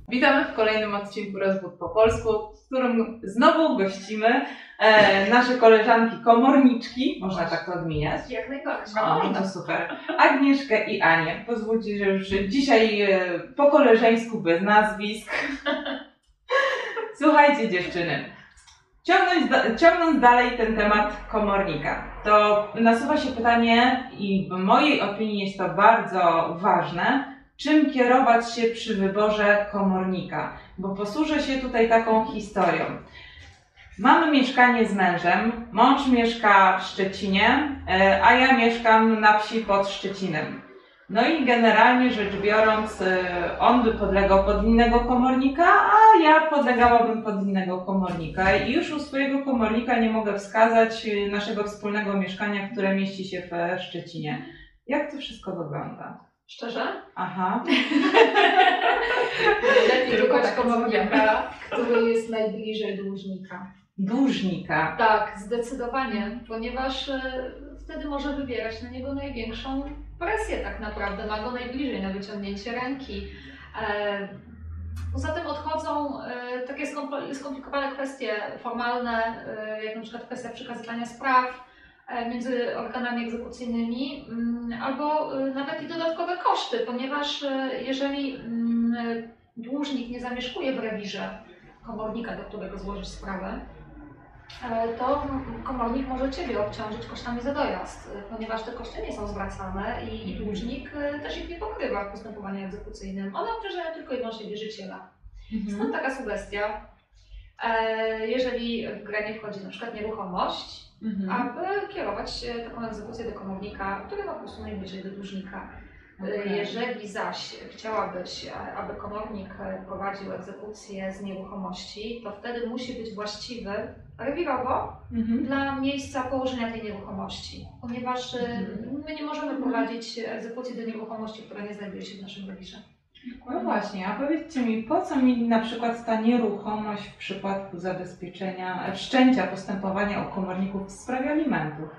Witamy w kolejnym odcinku Rozwód po polsku, w którym znowu gościmy nasze koleżanki komorniczki, można tak to odmieniać. Jak najbardziej. O, to super. Agnieszkę i Anię. Pozwólcie, że już dzisiaj po koleżeńsku, bez nazwisk. Słuchajcie dziewczyny, ciągnąc dalej ten temat komornika, to nasuwa się pytanie i w mojej opinii jest to bardzo ważne, czym kierować się przy wyborze komornika, bo posłużę się tutaj taką historią. Mamy mieszkanie z mężem, mąż mieszka w Szczecinie, a ja mieszkam na wsi pod Szczecinem. No i generalnie rzecz biorąc, on by podlegał pod innego komornika, a ja podlegałabym pod innego komornika. I już u swojego komornika nie mogę wskazać naszego wspólnego mieszkania, które mieści się w Szczecinie. Jak to wszystko wygląda? Szczerze? Aha. Lepiej wybrać komornika, który jest najbliżej dłużnika. Dłużnika. Tak, zdecydowanie, ponieważ wtedy może wywierać na niego największą presję tak naprawdę, ma go najbliżej na wyciągnięcie ręki. Poza tym odchodzą takie skomplikowane kwestie formalne, jak na przykład kwestia przekazywania spraw między organami egzekucyjnymi, albo nawet i dodatkowe koszty, ponieważ jeżeli dłużnik nie zamieszkuje w rewirze komornika, do którego złożysz sprawę, to komornik może Ciebie obciążyć kosztami za dojazd, ponieważ te koszty nie są zwracane i dłużnik też ich nie pokrywa w postępowaniu egzekucyjnym. One obciążają tylko i wyłącznie wierzyciela. Stąd taka sugestia, jeżeli w grę nie wchodzi na przykład nieruchomość, aby kierować taką egzekucję do komornika, który ma po prostu najbliżej do dłużnika. Okay. Jeżeli zaś chciałabyś, aby komornik prowadził egzekucję z nieruchomości, to wtedy musi być właściwy rewirowo dla miejsca położenia tej nieruchomości, ponieważ my nie możemy prowadzić egzekucji do nieruchomości, która nie znajduje się w naszym rewirze. No właśnie, a powiedzcie mi, po co mi na przykład ta nieruchomość w przypadku zabezpieczenia, wszczęcia postępowania u komorników w sprawie alimentów?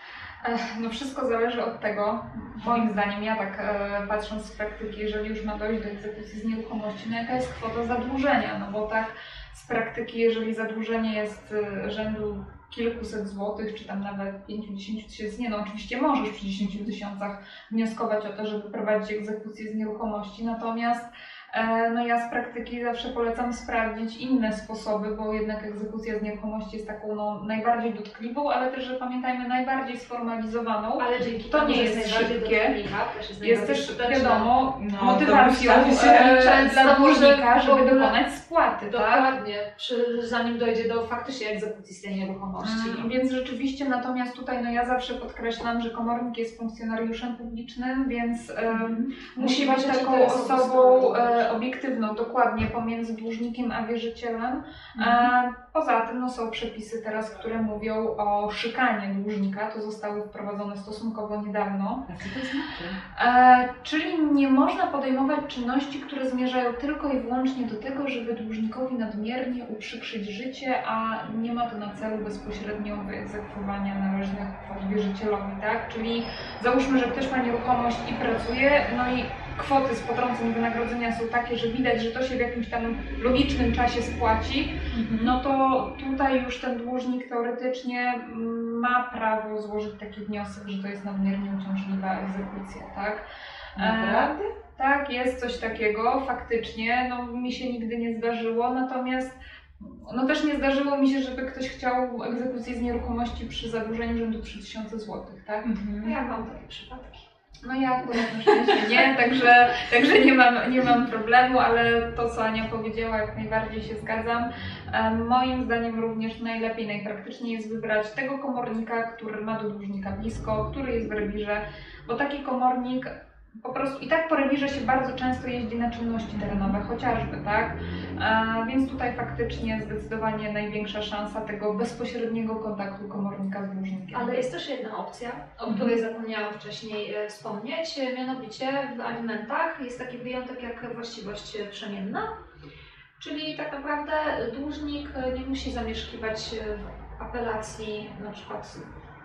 No wszystko zależy od tego, moim zdaniem, ja tak patrząc z praktyki, jeżeli już ma dojść do egzekucji z nieruchomości, no jaka jest kwota zadłużenia, no bo tak z praktyki, jeżeli zadłużenie jest rzędu kilkuset złotych, czy tam nawet 5-10 tysięcy, no oczywiście możesz przy 10 tysiącach wnioskować o to, żeby prowadzić egzekucję z nieruchomości, natomiast no ja z praktyki zawsze polecam sprawdzić inne sposoby, bo jednak egzekucja z nieruchomości jest taką najbardziej dotkliwą, ale też, że pamiętajmy, najbardziej sformalizowaną. Ale dzięki to temu, nie jest szybkie. Jest też wiadomo motywacją dla dłużnika, żeby dokonać spłaty. Dokładnie, zanim dojdzie do faktycznie egzekucji z tej nieruchomości. Więc rzeczywiście, natomiast tutaj no ja zawsze podkreślam, że komornik jest funkcjonariuszem publicznym, więc musi być taką osobą obiektywną, dokładnie, pomiędzy dłużnikiem a wierzycielem. Poza tym no, są przepisy teraz, które mówią o szykanie dłużnika. To zostały wprowadzone stosunkowo niedawno. A co to znaczy? Czyli nie można podejmować czynności, które zmierzają tylko i wyłącznie do tego, żeby dłużnikowi nadmiernie uprzykrzyć życie, a nie ma to na celu bezpośrednio wyegzekwowania należnych kwot wierzycielowi, tak? Czyli załóżmy, że ktoś ma nieruchomość i pracuje, no i kwoty z potrąceń wynagrodzenia są takie, że widać, że to się w jakimś tam logicznym czasie spłaci, no to tutaj już ten dłużnik teoretycznie ma prawo złożyć taki wniosek, że to jest nadmiernie uciążliwa egzekucja, tak? Naprawdę? Tak, jest coś takiego, faktycznie, no mi się nigdy nie zdarzyło, natomiast no też nie zdarzyło mi się, żeby ktoś chciał egzekucję z nieruchomości przy zadłużeniu rzędu 3000 zł, tak? Ja mam takie przypadki. No ja akurat na szczęście nie, także nie mam problemu, ale to, co Ania powiedziała, jak najbardziej się zgadzam. Moim zdaniem również najlepiej, najpraktyczniej jest wybrać tego komornika, który ma do dłużnika blisko, który jest w rewirze, bo taki komornik po prostu i tak po rewirze się bardzo często jeździ na czynności terenowe, chociażby, tak? Więc tutaj faktycznie zdecydowanie największa szansa tego bezpośredniego kontaktu komornika z dłużnikiem. Ale jest też jedna opcja, o której zapomniałam wcześniej wspomnieć, mianowicie w alimentach jest taki wyjątek jak właściwość przemienna, czyli tak naprawdę dłużnik nie musi zamieszkiwać w apelacji na przykład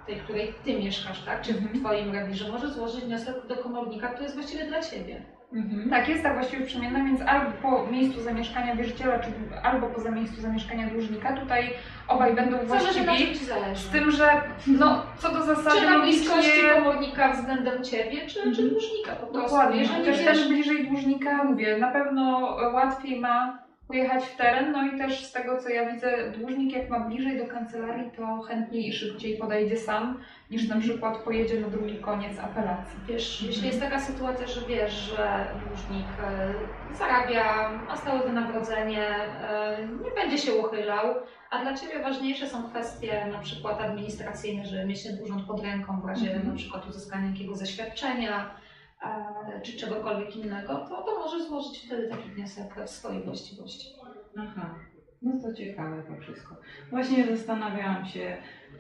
tej, której Ty mieszkasz, tak? Czy w Twoim rewirze, możesz złożyć wniosek do komornika, który jest właściwy dla Ciebie. Tak, jest ta właściwość przemienna, więc albo po miejscu zamieszkania wierzyciela, czy albo poza miejscu zamieszkania dłużnika. Tutaj obaj będą właściwi, z tym, że no, co do zasady... Czy na bliskości komornika względem Ciebie, czy dłużnika po prostu. Dokładnie, jeżeli też bliżej dłużnika, mówię, na pewno łatwiej ma pojechać w teren, no i też z tego, co ja widzę, dłużnik jak ma bliżej do kancelarii, to chętniej i szybciej podejdzie sam, niż na przykład pojedzie na drugi koniec apelacji. Wiesz, jeśli jest taka sytuacja, że wiesz, że dłużnik zarabia, ma stałe wynagrodzenie, nie będzie się uchylał, a dla Ciebie ważniejsze są kwestie na przykład administracyjne, żeby mieć ten urząd pod ręką w razie na przykład uzyskania jakiegoś zaświadczenia, czy czegokolwiek innego, to możesz złożyć wtedy taki wniosek w swojej właściwości. Aha, no to ciekawe to wszystko. Właśnie zastanawiałam się,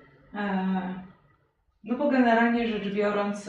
no bo generalnie rzecz biorąc,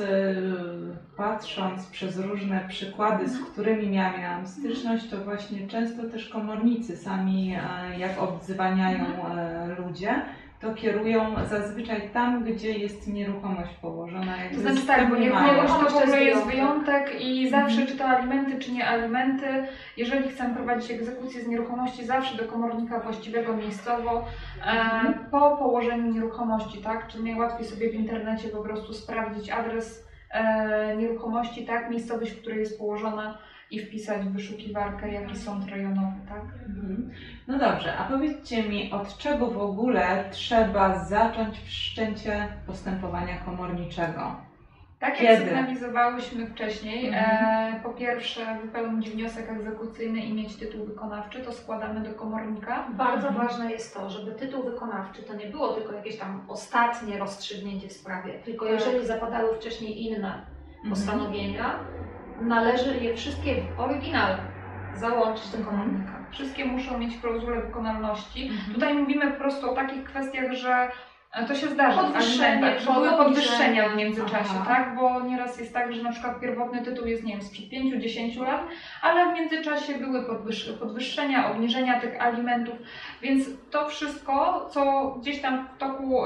patrząc przez różne przykłady, z którymi miałam styczność, to właśnie często też komornicy sami, jak obdzwaniają ludzie, to kierują zazwyczaj tam, gdzie jest nieruchomość położona. To znaczy tak, bo nieruchomość to w ogóle jest wyjątek i zawsze, czy to alimenty, czy nie alimenty, jeżeli chcemy prowadzić egzekucję z nieruchomości, zawsze do komornika właściwego miejscowo po położeniu nieruchomości, tak? Czyli najłatwiej sobie w internecie po prostu sprawdzić adres nieruchomości, tak? Miejscowość, w której jest położona i wpisać w wyszukiwarkę, jaki sąd rejonowy, tak? No dobrze, a powiedzcie mi, od czego w ogóle trzeba zacząć wszczęcie postępowania komorniczego? Tak jak sygnalizowałyśmy wcześniej, po pierwsze wypełnić wniosek egzekucyjny i mieć tytuł wykonawczy, to składamy do komornika. Bardzo ważne jest to, żeby tytuł wykonawczy to nie było tylko jakieś tam ostatnie rozstrzygnięcie w sprawie, tylko jeżeli zapadały wcześniej inne postanowienia, należy je wszystkie w oryginale załączyć do komornika. Wszystkie muszą mieć klauzulę wykonalności. Tutaj mówimy po prostu o takich kwestiach, że to się zdarza że były podwyższenia w międzyczasie, tak? Bo nieraz jest tak, że na przykład pierwotny tytuł jest, nie wiem, sprzed 5-10 lat, ale w międzyczasie były podwyższenia, obniżenia tych alimentów, więc to wszystko, co gdzieś tam w toku,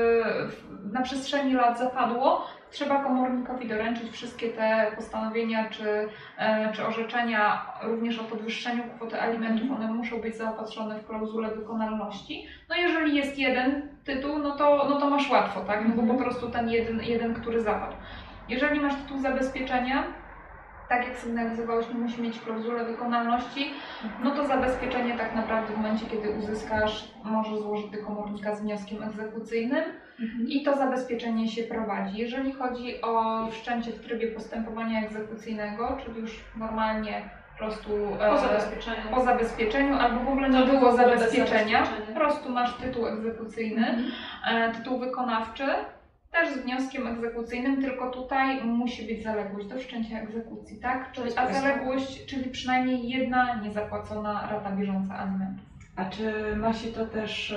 na przestrzeni lat zapadło, trzeba komornikowi doręczyć wszystkie te postanowienia czy orzeczenia również o podwyższeniu kwoty alimentów. One muszą być zaopatrzone w klauzulę wykonalności. No jeżeli jest jeden tytuł, no to masz łatwo, tak? No bo po prostu ten jeden, który zapadł. Jeżeli masz tytuł zabezpieczenia, tak jak sygnalizowałyśmy, musi mieć klauzulę wykonalności, no to zabezpieczenie tak naprawdę w momencie, kiedy uzyskasz, możesz złożyć do komornika z wnioskiem egzekucyjnym i to zabezpieczenie się prowadzi. Jeżeli chodzi o wszczęcie w trybie postępowania egzekucyjnego, czyli już normalnie po prostu po zabezpieczeniu albo w ogóle nie było zabezpieczenia, po prostu masz tytuł egzekucyjny, tytuł wykonawczy, też z wnioskiem egzekucyjnym, tylko tutaj musi być zaległość do wszczęcia egzekucji, tak? A zaległość, czyli przynajmniej jedna niezapłacona rata bieżąca alimentów. A czy ma się to też,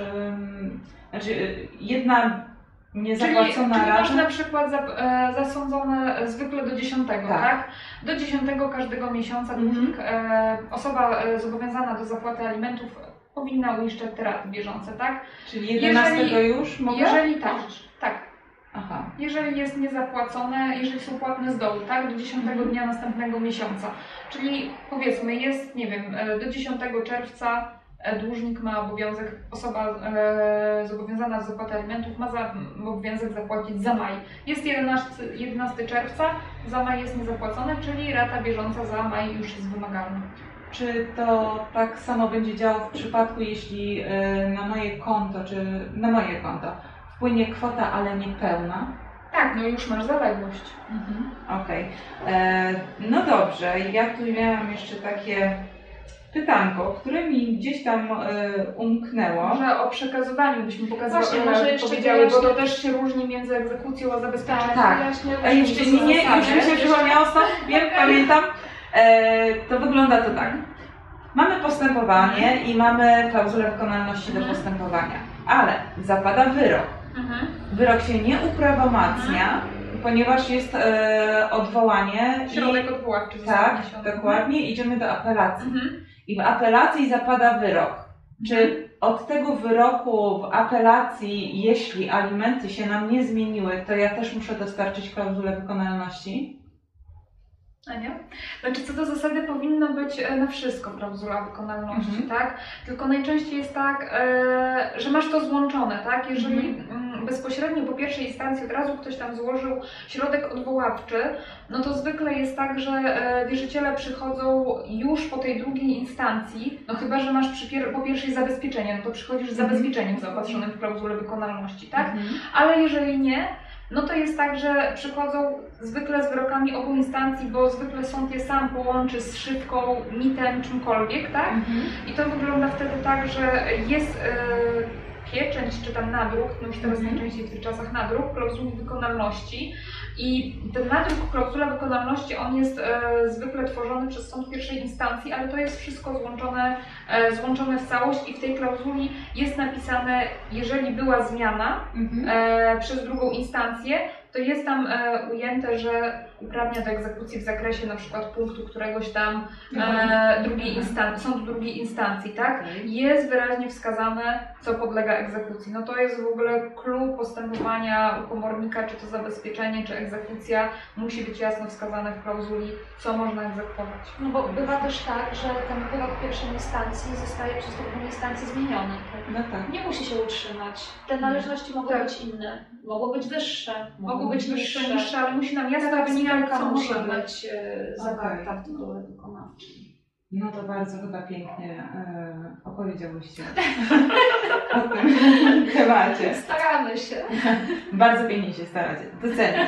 jedna niezapłacona rata? Czyli masz na przykład zasądzone zwykle do 10, tak? Do 10 każdego miesiąca dłużnik, osoba zobowiązana do zapłaty alimentów powinna uiszczać te raty bieżące, tak? Czyli 11 już mogę? Jeżeli tak. Aha. Jeżeli jest niezapłacone, jeżeli są płatne z dołu, tak, do 10 dnia następnego miesiąca. Czyli powiedzmy jest, nie wiem, do 10 czerwca dłużnik ma obowiązek, osoba zobowiązana do zapłaty alimentów ma obowiązek zapłacić za maj. Jest 11 czerwca, za maj jest niezapłacone, czyli rata bieżąca za maj już jest wymagalna. Czy to tak samo będzie działało w przypadku, jeśli na moje konto wpłynie kwota, ale niepełna? Tak, no już masz zaległość. Okej. No dobrze, ja tu miałam jeszcze takie pytanko, które mi gdzieś tam umknęło. Może o przekazywaniu byśmy powiedziały, bo to też się różni między egzekucją a zabezpieczeniem. Tak. A jeszcze już mi się przypomniało, pamiętam. To wygląda to tak. Mamy postępowanie i mamy klauzulę wykonalności do postępowania, ale zapada wyrok. Wyrok się nie uprawomacnia, ponieważ jest odwołanie. Środek odwoławczy. Tak, dokładnie. Idziemy do apelacji. I w apelacji zapada wyrok. Czy od tego wyroku w apelacji, jeśli alimenty się nam nie zmieniły, to ja też muszę dostarczyć klauzulę wykonalności? A nie? Znaczy co do zasady powinno być na wszystko klauzula wykonalności, tak? Tylko najczęściej jest tak, że masz to złączone, tak? Jeżeli bezpośrednio po pierwszej instancji od razu ktoś tam złożył środek odwoławczy, no to zwykle jest tak, że wierzyciele przychodzą już po tej drugiej instancji, no chyba, że masz po pierwszej zabezpieczenie, no to przychodzisz z zabezpieczeniem zaopatrzonym w klauzulę wykonalności, tak? Ale jeżeli nie, no to jest tak, że przychodzą zwykle z wyrokami obu instancji, bo zwykle sąd je sam połączy z szybką, mitem, czymkolwiek, tak? I to wygląda wtedy tak, że jest pieczęć czy tam nadruk, no już teraz najczęściej w tych czasach nadruk, klauzuli wykonalności. I ten nadruk, klauzula wykonalności, on jest zwykle tworzony przez sąd pierwszej instancji, ale to jest wszystko złączone w całość i w tej klauzuli jest napisane, jeżeli była zmiana przez drugą instancję, to jest tam ujęte, że uprawnia do egzekucji w zakresie na przykład punktu któregoś tam sądu drugiej instancji, tak? Jest wyraźnie wskazane, co podlega egzekucji. No to jest w ogóle clue postępowania u komornika, czy to zabezpieczenie, czy egzekucja, musi być jasno wskazane w klauzuli, co można egzekwować. No bo bywa też tak, że ten wyrok pierwszej instancji zostaje przez drugą instancję zmieniony. No tak. Nie musi się utrzymać. Te należności mogą być inne, mogą być wyższe, mogą być niższe, ale musi nam jasno wynikać, co może być zawarta w tytule wykonawczym. No to bardzo chyba pięknie opowiedziałyście o tym temacie. Staramy się. Bardzo pięknie się staracie. Doceniam.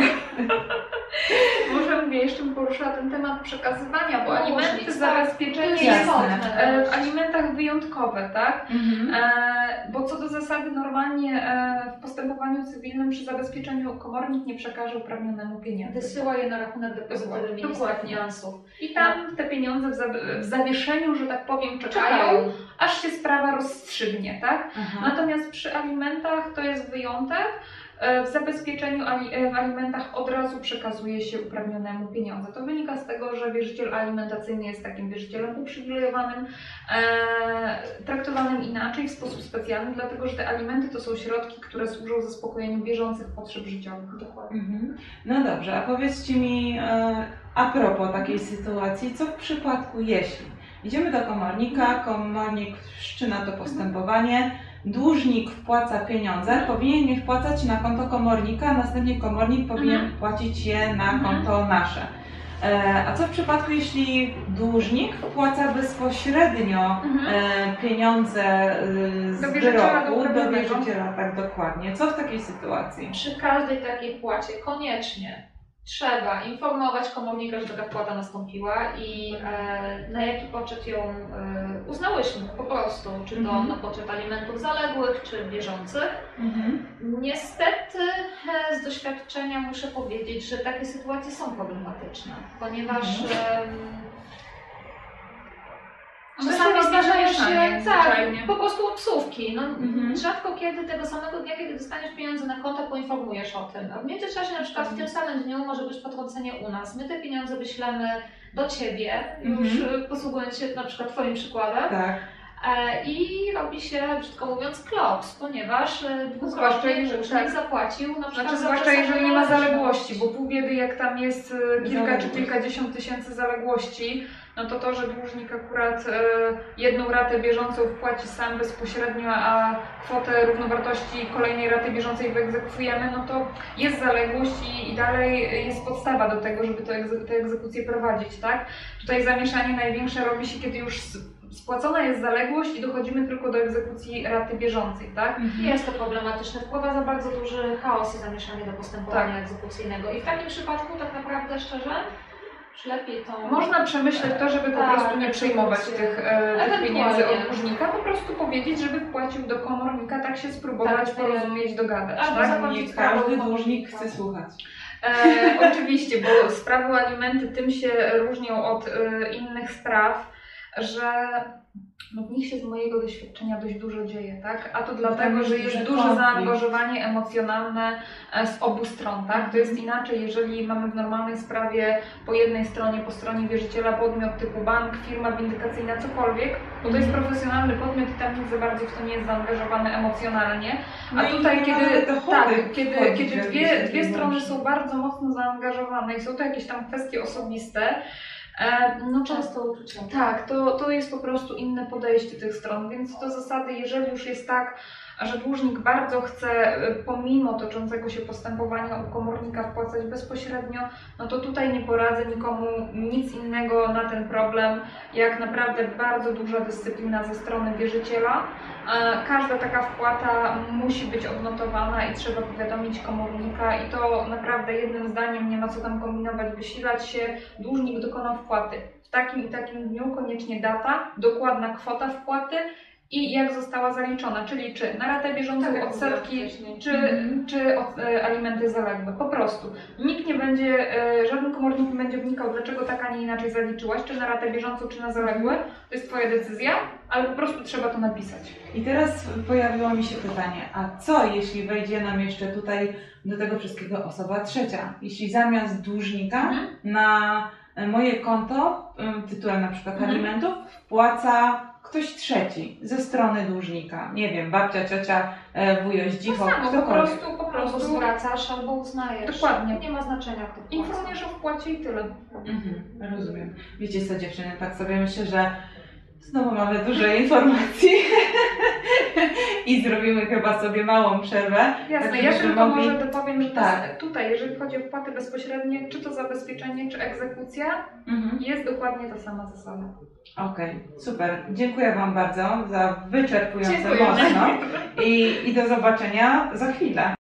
Może mówię, jeszcze bym poruszyła ten temat przekazywania, bo No, alimenty, zabezpieczenie jest w alimentach wyjątkowe, tak? Bo co do zasady normalnie w postępowaniu cywilnym przy zabezpieczeniu komornik nie przekaże uprawnionemu pieniędzy. Wysyła je na rachunek depozytowy ministra finansów. I tam te pieniądze w zawieszeniu, że tak powiem, czekają, aż się sprawa rozstrzygnie, tak? Natomiast przy alimentach to jest wyjątek. W zabezpieczeniu w alimentach od razu przekazuje się uprawnionemu pieniądze. To wynika z tego, że wierzyciel alimentacyjny jest takim wierzycielem uprzywilejowanym, traktowanym inaczej, w sposób specjalny, dlatego że te alimenty to są środki, które służą zaspokojeniu bieżących potrzeb życiowych. Dokładnie. No dobrze, a powiedzcie mi a propos takiej sytuacji, co w przypadku jeśli idziemy do komornika, komornik wszczyna to postępowanie, dłużnik wpłaca pieniądze, powinien je wpłacać na konto komornika, a następnie komornik powinien płacić je na konto nasze. A co w przypadku, jeśli dłużnik wpłaca bezpośrednio pieniądze z wyroku do wierzyciela, tak dokładnie? Co w takiej sytuacji? Przy każdej takiej wpłacie koniecznie trzeba informować komornika, że taka wpłata nastąpiła i na jaki poczet ją uznałyśmy po prostu, czy to na poczet alimentów zaległych, czy bieżących. Niestety z doświadczenia muszę powiedzieć, że takie sytuacje są problematyczne, ponieważ czasami zdarzają się po prostu obsłówki. No, rzadko kiedy tego samego dnia, kiedy dostaniesz pieniądze na konto, poinformujesz o tym. A w międzyczasie na przykład w tym samym dniu może być potrącenie u nas. My te pieniądze wyślemy do Ciebie, już posługując się na przykład Twoim przykładem. Tak. I robi się, brzydko mówiąc, klops, ponieważ dwukrotnie dłużnik zapłacił na przykład. Zwłaszcza jeżeli nie ma zaległości, bo pół biedy jak tam jest kilka czy kilkadziesiąt tysięcy zaległości, no to że dłużnik akurat jedną ratę bieżącą wpłaci sam bezpośrednio, a kwotę równowartości kolejnej raty bieżącej wyegzekwujemy, no to jest zaległość i dalej jest podstawa do tego, żeby tę egzekucję prowadzić, tak? Tutaj zamieszanie największe robi się, kiedy już spłacona jest zaległość i dochodzimy tylko do egzekucji raty bieżącej, tak? Jest to problematyczne, wprowadza bardzo duży chaos i zamieszanie do postępowania egzekucyjnego. I w takim przypadku tak naprawdę szczerze, lepiej to... Można przemyśleć to, żeby po prostu nie przejmować tych pieniędzy od dłużnika, po prostu powiedzieć, żeby wpłacił do komornika, tak się spróbować porozumieć, dogadać. Tak? Nie każdy dłużnik chce słuchać. Oczywiście, bo sprawy o alimenty tym się różnią od innych spraw, że No w nich się z mojego doświadczenia dość dużo dzieje, tak? A to dlatego, że jest duże konflikt. zaangażowanie emocjonalne z obu stron, tak? To jest inaczej, jeżeli mamy w normalnej sprawie po jednej stronie, po stronie wierzyciela podmiot typu bank, firma windykacyjna, cokolwiek, bo to jest profesjonalny podmiot i tam nic za bardzo w to nie jest zaangażowany emocjonalnie. A No i tutaj, nie kiedy, ma tak, dochody kiedy wchodzić w dwie jakieś strony takie są bardzo mocno zaangażowane i są to jakieś tam kwestie osobiste, no Często uczucia. tak, to jest po prostu inne podejście tych stron, więc do zasady, jeżeli już jest tak, że dłużnik bardzo chce, pomimo toczącego się postępowania u komornika wpłacać bezpośrednio, no to tutaj nie poradzę nikomu nic innego na ten problem, jak naprawdę bardzo duża dyscyplina ze strony wierzyciela. Każda taka wpłata musi być odnotowana i trzeba powiadomić komornika i to naprawdę jednym zdaniem nie ma co tam kombinować, wysilać się. Dłużnik dokonał wpłaty w takim i takim dniu, koniecznie data, dokładna kwota wpłaty i jak została zaliczona, czyli czy na ratę bieżącą, Tak, jak odsetki, mówiłam wcześniej. czy alimenty zaległe. Po prostu. Nikt nie będzie, żaden komornik nie będzie wnikał, dlaczego tak, a nie inaczej zaliczyłaś, czy na ratę bieżącą, czy na zaległe. To jest Twoja decyzja, ale po prostu trzeba to napisać. I teraz pojawiło mi się pytanie, a co jeśli wejdzie nam jeszcze tutaj do tego wszystkiego osoba trzecia? Jeśli zamiast dłużnika na moje konto tytułem na przykład alimentów wpłaca ktoś trzeci ze strony dłużnika, nie wiem, babcia, ciocia, wujo, zdzicho, Po ktokolwiek. prostu Albo zwracasz, albo uznajesz. Dokładnie. Nie ma znaczenia, kto wpłaca. Informujesz o wpłacie i tyle. Rozumiem. Wiecie co, dziewczyny, tak sobie myślę, że znowu mamy dużo informacji i zrobimy chyba sobie małą przerwę. Jasne, tak ja żebyśmy tylko mogli- może dopowiem, że Tak. tutaj, jeżeli chodzi o wpłaty bezpośrednie, czy to zabezpieczenie, czy egzekucja, jest dokładnie ta sama zasada. Okej, super. Dziękuję Wam bardzo za wyczerpujące Dziękuję. mocno i do zobaczenia za chwilę.